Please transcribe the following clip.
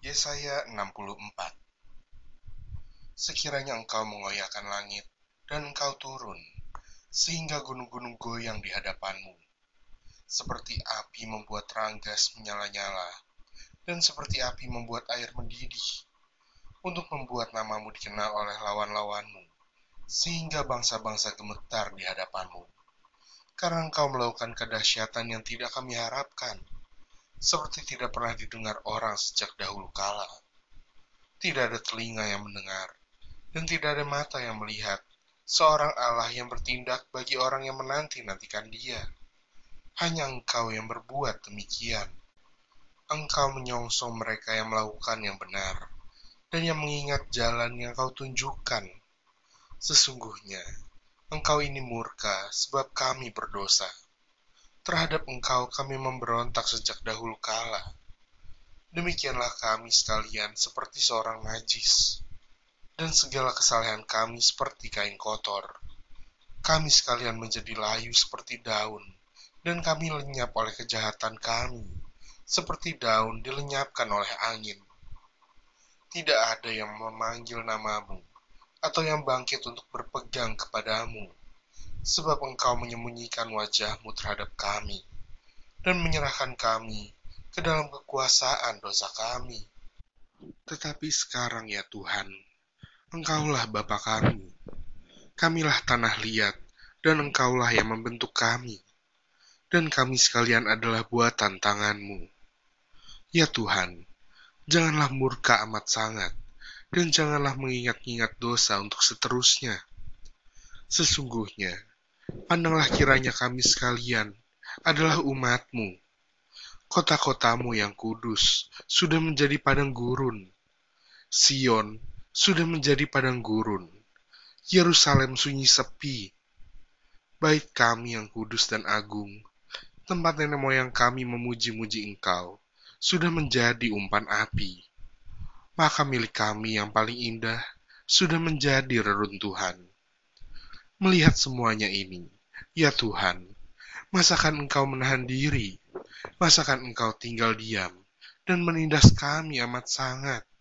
Yesaya 64. Sekiranya engkau mengoyakkan langit, dan engkau turun, sehingga gunung-gunung goyang di hadapanmu, seperti api membuat ranggas menyala-nyala, dan seperti api membuat air mendidih, untuk membuat namamu dikenal oleh lawan-lawanmu, sehingga bangsa-bangsa gemetar di hadapanmu. Karena engkau melakukan kedahsyatan yang tidak kami harapkan, seperti tidak pernah didengar orang sejak dahulu kala. Tidak ada telinga yang mendengar, dan tidak ada mata yang melihat seorang Allah yang bertindak bagi orang yang menanti-nantikan Dia. Hanya Engkau yang berbuat demikian. Engkau menyongsong mereka yang melakukan yang benar, dan yang mengingat jalan yang Kau tunjukkan. Sesungguhnya, Engkau ini murka sebab kami berdosa. Terhadap Engkau kami memberontak sejak dahulu kala. Demikianlah kami sekalian seperti seorang najis, dan segala kesalehan kami seperti kain kotor. Kami sekalian menjadi layu seperti daun, dan kami lenyap oleh kejahatan kami, seperti daun dilenyapkan oleh angin. Tidak ada yang memanggil namamu, atau yang bangkit untuk berpegang kepadamu, sebab engkau menyembunyikan wajahmu terhadap kami, dan menyerahkan kami ke dalam kekuasaan dosa kami. Tetapi sekarang ya Tuhan, Engkaulah Bapa kami. Kamilah tanah liat, dan Engkaulah yang membentuk kami, dan kami sekalian adalah buatan tangan-Mu. Ya Tuhan, janganlah murka amat sangat, dan janganlah mengingat-ingat dosa untuk seterusnya. Sesungguhnya, pandanglah kiranya kami sekalian adalah umat-Mu. Kota-kotamu yang kudus sudah menjadi padang gurun. Sion sudah menjadi padang gurun. Yerusalem sunyi sepi. Bait kami yang kudus dan agung, tempat nenek moyang kami memuji-muji Engkau, sudah menjadi umpan api. Maka milik kami yang paling indah sudah menjadi reruntuhan. Melihat semuanya ini, ya Tuhan, masakan Engkau menahan diri? Masakan Engkau tinggal diam dan menindas kami amat sangat?